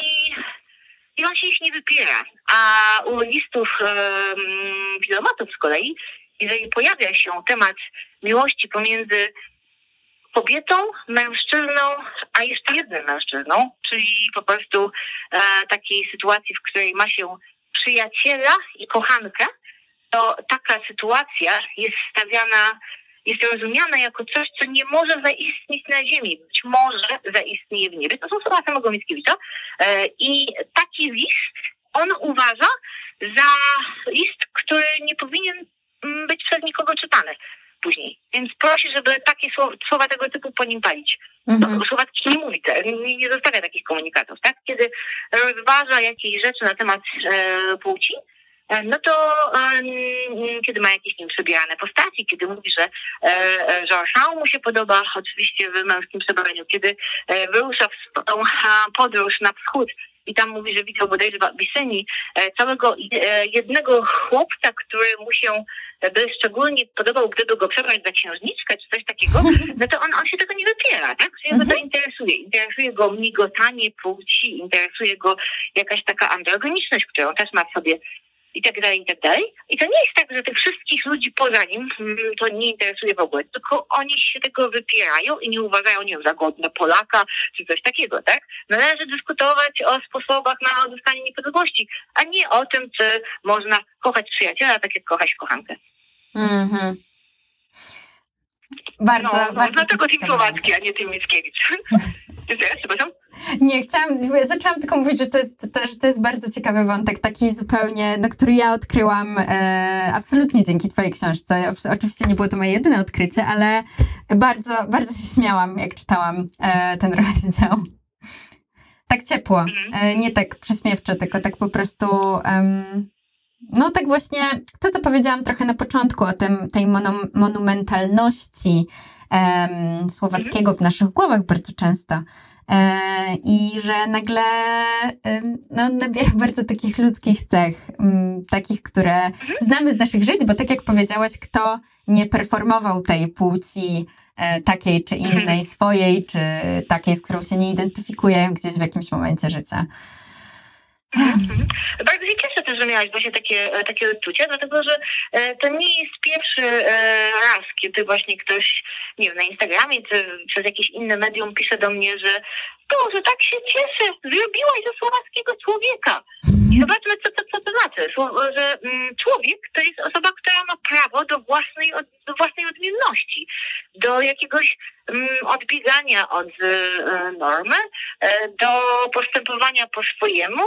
i on się ich nie wypiera. A u listów um, filomatów z kolei, jeżeli pojawia się temat miłości pomiędzy kobietą, mężczyzną, a jeszcze jednym mężczyzną, czyli po prostu e, takiej sytuacji, w której ma się przyjaciela i kochankę, to taka sytuacja jest stawiana, jest rozumiana jako coś, co nie może zaistnieć na ziemi. Być może zaistnieje w niebie. To są słowa samego Mickiewicza. E, I taki list on uważa za list, który nie powinien być przez nikogo czytany później. Więc prosi, żeby takie słowa, słowa tego typu po nim palić. Mhm. No, Słowacki nie mówi, nie, nie zostawia takich komunikatów. Tak? Kiedy rozważa jakieś rzeczy na temat e, płci, no to um, kiedy ma jakieś nim przebierane postaci, kiedy mówi, że e, Georges mu się podoba, oczywiście w męskim przebraniu, kiedy e, wyrusza w tą podróż na wschód i tam mówi, że widział bodajże w Abyssynii e, całego e, jednego chłopca, który mu się by szczególnie podobał, gdyby go przebrać za księżniczkę czy coś takiego, no to on, on się tego nie wypiera, tak? Że go to interesuje. Interesuje go migotanie płci, interesuje go jakaś taka androgeniczność, którą też ma w sobie i tak dalej, i tak dalej. I to nie jest tak, że tych wszystkich ludzi poza nim to nie interesuje w ogóle, tylko oni się tego wypierają i nie uważają, nie wiem, za godne Polaka, czy coś takiego, tak? Należy dyskutować o sposobach na odzyskanie niepodległości, a nie o tym, czy można kochać przyjaciela, tak jak kochać kochankę. Mhm. Bardzo, no, no, bardzo. Dlatego Tim Słowacki, a nie Tim Mickiewicz. Przepraszam? Nie, chciałam, zaczęłam tylko mówić, że to jest, to, że to jest bardzo ciekawy wątek, taki zupełnie, no, który ja odkryłam e, absolutnie dzięki twojej książce. Oczywiście nie było to moje jedyne odkrycie, ale bardzo, bardzo się śmiałam, jak czytałam e, ten rozdział. Tak ciepło, e, nie tak prześmiewczo, tylko tak po prostu... Um, no tak właśnie, to co powiedziałam trochę na początku o tym, tej mono, monumentalności um, Słowackiego w naszych głowach bardzo często. E, I że nagle um, no, nabiera bardzo takich ludzkich cech, um, takich, które znamy z naszych żyć, bo tak jak powiedziałaś, kto nie performował tej płci e, takiej czy innej, swojej, czy takiej, z którą się nie identyfikuje gdzieś w jakimś momencie życia. Mhm. Bardzo się cieszę też, że miałaś właśnie takie, takie odczucia, dlatego że to nie jest pierwszy raz, kiedy właśnie ktoś, nie wiem, na Instagramie czy przez jakieś inne medium pisze do mnie, że Boże, tak się cieszę, zrobiłaś ze słowackiego człowieka. I zobaczmy, co to, co to znaczy, że człowiek to jest osoba, która ma prawo do własnej, do własnej odmienności, do jakiegoś odbiegania od normy, do postępowania po swojemu,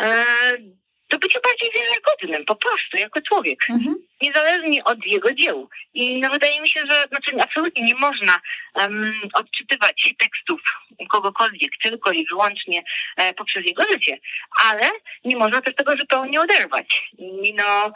do bycia bardziej wiarygodnym, po prostu, jako człowiek, mhm. niezależnie od jego dzieł. I no, wydaje mi się, że znaczy, absolutnie nie można um, odczytywać tekstów kogokolwiek tylko i wyłącznie e, poprzez jego życie, ale nie można też tego zupełnie oderwać. I no,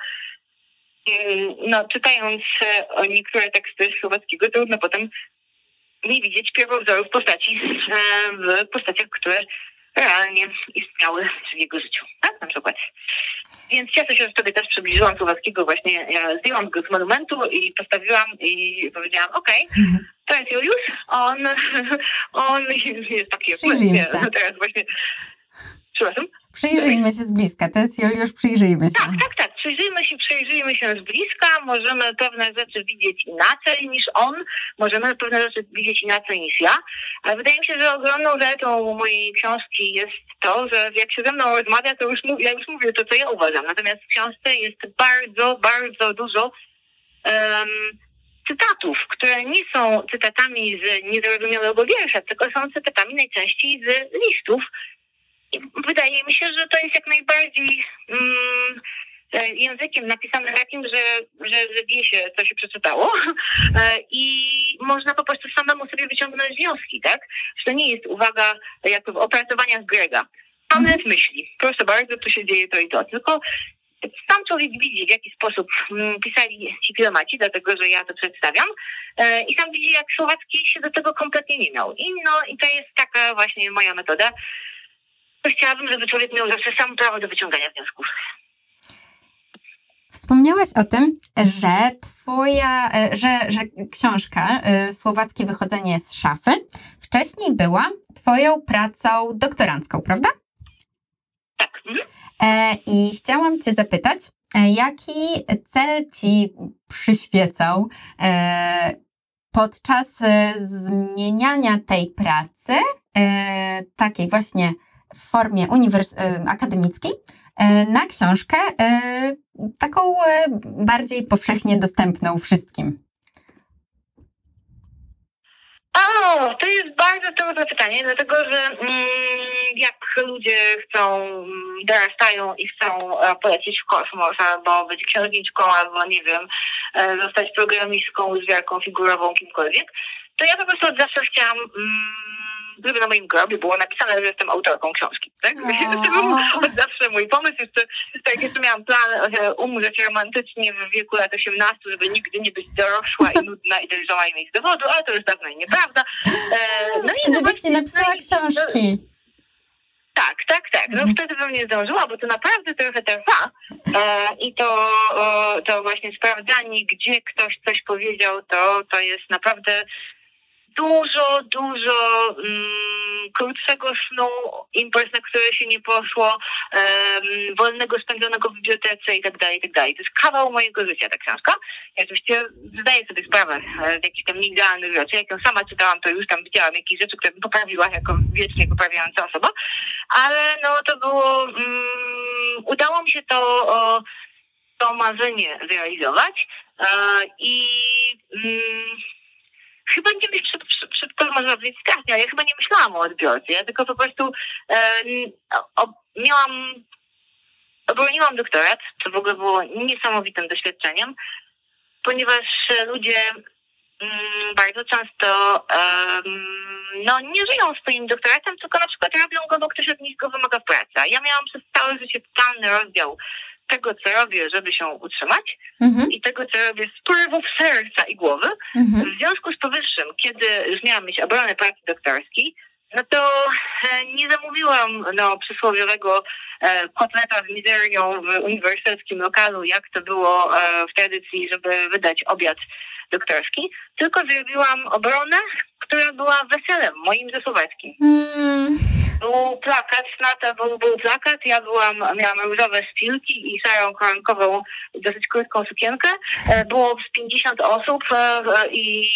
y, no czytając e, niektóre teksty Słowackiego, trudno potem nie widzieć pierwowzorów postaci e, w postaciach, które realnie istniały w jego życiu, tak? Na przykład. Więc cieszę się, że sobie też przybliżyłam Słowackiego, właśnie ja zdjęłam go z monumentu i postawiłam i powiedziałam, okej, okay, to jest Juliusz, on, on jest taki... Przyjrzyjmy się. No teraz właśnie... Przepraszam? Przyjrzyjmy się z bliska, to jest Juliusz, przyjrzyjmy się. Tak, tak, tak, przyjrzyjmy się, przyjrzyjmy się z bliska, możemy pewne rzeczy widzieć inaczej niż on, możemy pewne rzeczy widzieć inaczej niż ja, ale wydaje mi się, że ogromną rzeczą mojej książki jest to, że jak się ze mną rozmawia, to już mówię, ja już mówię to, co ja uważam, natomiast w książce jest bardzo, bardzo dużo um, cytatów, które nie są cytatami z niezrozumiałego wiersza, tylko są cytatami najczęściej z listów. Wydaje mi się, że to jest jak najbardziej mm, językiem napisanym takim, że, że, że wie się, co się przeczytało i można po prostu samemu sobie wyciągnąć wnioski, tak? Że to nie jest uwaga jak w opracowaniach Grega. Hamlet mhm. myśli, proszę bardzo, tu się dzieje to i to. Tylko sam człowiek widzi, w jaki sposób mm, pisali ci filomaci, dlatego że ja to przedstawiam. E, I sam widzi, jak Słowacki się do tego kompletnie nie miał. I, no, i to jest taka właśnie moja metoda. To chciałabym, żeby człowiek miał zawsze sam prawo do wyciągania wniosków. Wspomniałaś o tym, że twoja, że, że książka Słowackie wychodzenie z szafy wcześniej była twoją pracą doktorancką, prawda? Tak. Mhm. E, I chciałam cię zapytać, jaki cel ci przyświecał e, podczas zmieniania tej pracy, e, takiej właśnie w formie uniwers- e, akademickiej, na książkę e, taką e, bardziej powszechnie dostępną wszystkim? O, to jest bardzo trudne pytanie, dlatego że mm, jak ludzie chcą, dorastają i chcą e, polecieć w kosmos, albo być księżniczką, albo nie wiem, e, zostać programistką z wielką figurową, kimkolwiek, to ja po prostu od zawsze chciałam... Mm, żeby na moim grobie było napisane, że jestem autorką książki, tak? To był od zawsze mój pomysł. Jeszcze, tak, jeszcze miałam plan, że umrzeć romantycznie w wieku lat osiemnastu, żeby nigdy nie być dorosła i nudna i dojrzała i mieć dowodu, ale to już dawno i nieprawda. E, no wtedy byś nie napisała no książki. No, tak, tak, tak. No mhm. wtedy bym nie zdążyła, bo to naprawdę trochę trwa. E, I to, o, to właśnie sprawdzanie, gdzie ktoś coś powiedział, to, to jest naprawdę dużo, dużo um, krótszego snu, imprez, na które się nie poszło, um, wolnego spędzonego w bibliotece i tak dalej, i tak dalej. To jest kawał mojego życia, ta książka. Ja oczywiście zdaję sobie sprawę z jakichś tam nieidealnych rzeczy. Jak ją sama czytałam, to już tam widziałam jakieś rzeczy, które bym poprawiła jako wiecznie poprawiająca osoba, ale no to było, um, udało mi się to, o, to marzenie zrealizować e, i um, chyba nie myślę, przed, przed, przed to można powiedzieć strasznie, ale ja chyba nie myślałam o odbiorcy. Ja tylko po prostu e, o, miałam, obroniłam doktorat, co w ogóle było niesamowitym doświadczeniem, ponieważ ludzie mm, bardzo często um, no, nie żyją swoim doktoratem, tylko na przykład robią go, bo ktoś od nich go wymaga w pracy. A ja miałam przez całe życie totalny rozdział tego, co robię, żeby się utrzymać mhm. i tego, co robię z porywów serca i głowy. Mhm. W związku z powyższym, kiedy już miałam mieć obronę pracy doktorskiej, no to e, nie zamówiłam no, przysłowiowego e, kotleta z mizerią w uniwersyteckim lokalu, jak to było e, w tradycji, żeby wydać obiad doktorski, tylko zrobiłam obronę, która była weselem moim ze Słowackim. Mm. Był plakat, na to był, był plakat, ja byłam, miałam różowe szpilki i szarą koronkową, dosyć krótką sukienkę. Było z pięćdziesiąt osób i,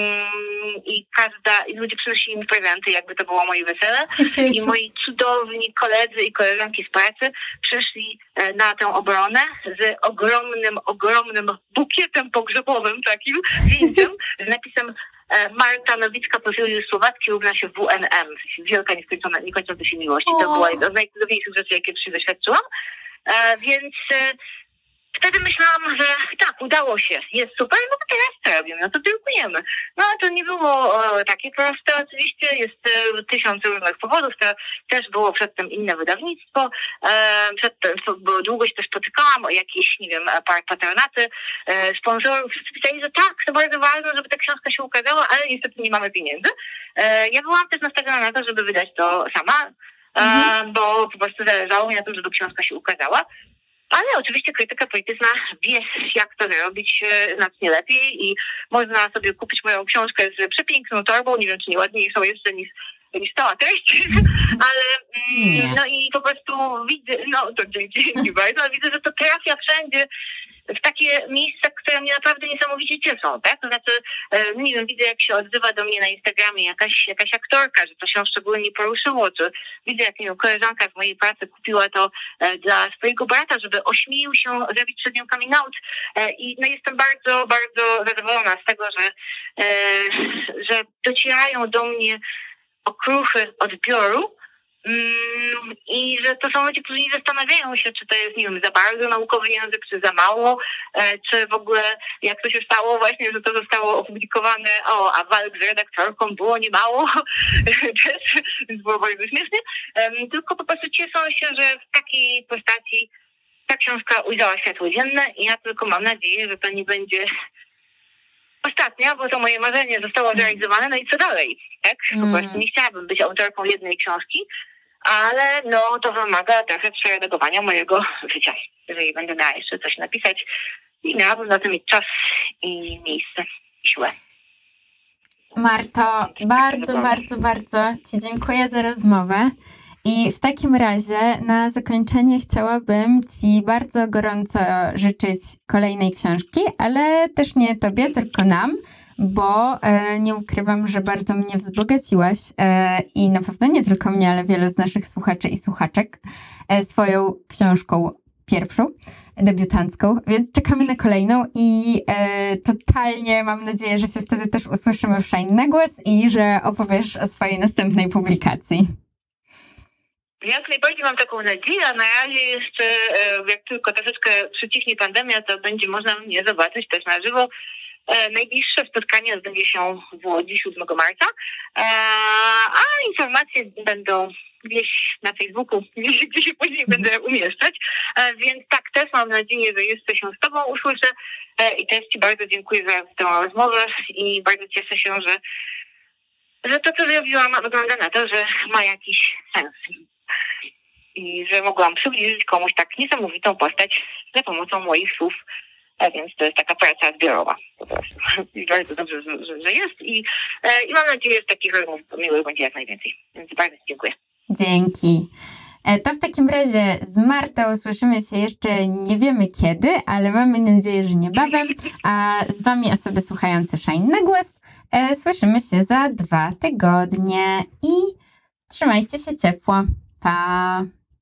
i każda, i ludzie przynosili mi prezenty, jakby to było moje wesele. I moi cudowni koledzy i koleżanki z pracy przyszli na tę obronę z ogromnym, ogromnym bukietem pogrzebowym takim, wieńcem, z napisem Marta Nowicka po Juliusz Słowacki równa się W N M, wielka nieskończona, niekończąca się miłość. I to była jedna z najcudowniejszych rzeczy, jakie przy doświadczyłam. E, więc e, wtedy myślałam, że tak, udało się, jest super, no to teraz co robimy, no to drukujemy. No ale to nie było e, takie proste, oczywiście jest e, tysiąc różnych powodów, to też było przedtem inne wydawnictwo, e, przedtem bo długo się też spotykałam o jakieś, nie wiem, patronaty e, sponsorów, wszyscy pisali, że tak, to bardzo ważne, żeby ta książka się ukazała, ale niestety nie mamy pieniędzy. E, ja byłam też nastawiona na to, żeby wydać to sama, e, mhm. bo po prostu zależało mi na tym, żeby książka się ukazała. Ale oczywiście krytyka polityczna wie, jak to zrobić znacznie lepiej i można sobie kupić moją książkę z przepiękną torbą, nie wiem, czy nie ładniejszą jeszcze niż, niż cała treść, ale mm, no i po prostu widzę, no to dzięki bardzo, ale widzę, że to trafia wszędzie w takie miejsca, które mnie naprawdę niesamowicie cieszą, tak? To znaczy, nie wiem, widzę, jak się odzywa do mnie na Instagramie jakaś, jakaś aktorka, że to się szczególnie poruszyło, czy widzę, jak nie wiem, koleżanka z mojej pracy kupiła to dla swojego brata, żeby ośmielił się zrobić przed nią coming out i no jestem bardzo, bardzo zadowolona z tego, że, że docierają do mnie okruchy odbioru, Mm, I że to są ludzie, którzy nie zastanawiają się, czy to jest, nie wiem, za bardzo naukowy język, czy za mało, e, czy w ogóle jak to się stało właśnie, że to zostało opublikowane, o, a walk z redaktorką było niemało, też, więc było bardzo śmiesznie, um, tylko po prostu cieszą się, że w takiej postaci ta książka ujrzała światło dzienne i ja tylko mam nadzieję, że to nie będzie ostatnia, bo to moje marzenie zostało zrealizowane, no i co dalej, tak? Po prostu nie chciałabym być autorką jednej książki, ale no to wymaga trochę przeredagowania mojego życia, jeżeli będę miała jeszcze coś napisać i miałabym na to mieć czas i miejsce i siłę. Marto, bardzo, bardzo, bardzo Ci dziękuję za rozmowę. I w takim razie na zakończenie chciałabym Ci bardzo gorąco życzyć kolejnej książki, ale też nie Tobie, tylko nam, bo e, nie ukrywam, że bardzo mnie wzbogaciłaś e, i na pewno nie tylko mnie, ale wielu z naszych słuchaczy i słuchaczek e, swoją książką pierwszą, debiutancką, więc czekamy na kolejną i e, totalnie mam nadzieję, że się wtedy też usłyszymy w Shine na głos i że opowiesz o swojej następnej publikacji. Jak najbardziej mam taką nadzieję, a na razie jeszcze, jak tylko troszeczkę przycichnie pandemia, to będzie można mnie zobaczyć też na żywo. Najbliższe spotkanie odbędzie się w Łodzi siódmego marca, a informacje będą gdzieś na Facebooku, gdzie się później będę umieszczać, więc tak, też mam nadzieję, że jeszcze się z Tobą usłyszę i też Ci bardzo dziękuję za tę rozmowę i bardzo cieszę się, że, że to, co zrobiłam, wygląda na to, że ma jakiś sens. I że mogłam przybliżyć komuś tak niesamowitą postać za pomocą moich słów. A więc to jest taka praca zbiorowa po prostu. I bardzo dobrze, że, że, że jest. I, e, I mam nadzieję, że takich rozmów miłych będzie jak najwięcej. Więc bardzo dziękuję. Dzięki. E, to w takim razie z Martą słyszymy się jeszcze nie wiemy kiedy, ale mamy nadzieję, że niebawem. A z Wami osoby słuchające Shine na głos e, słyszymy się za dwa tygodnie. I trzymajcie się ciepło. Pa!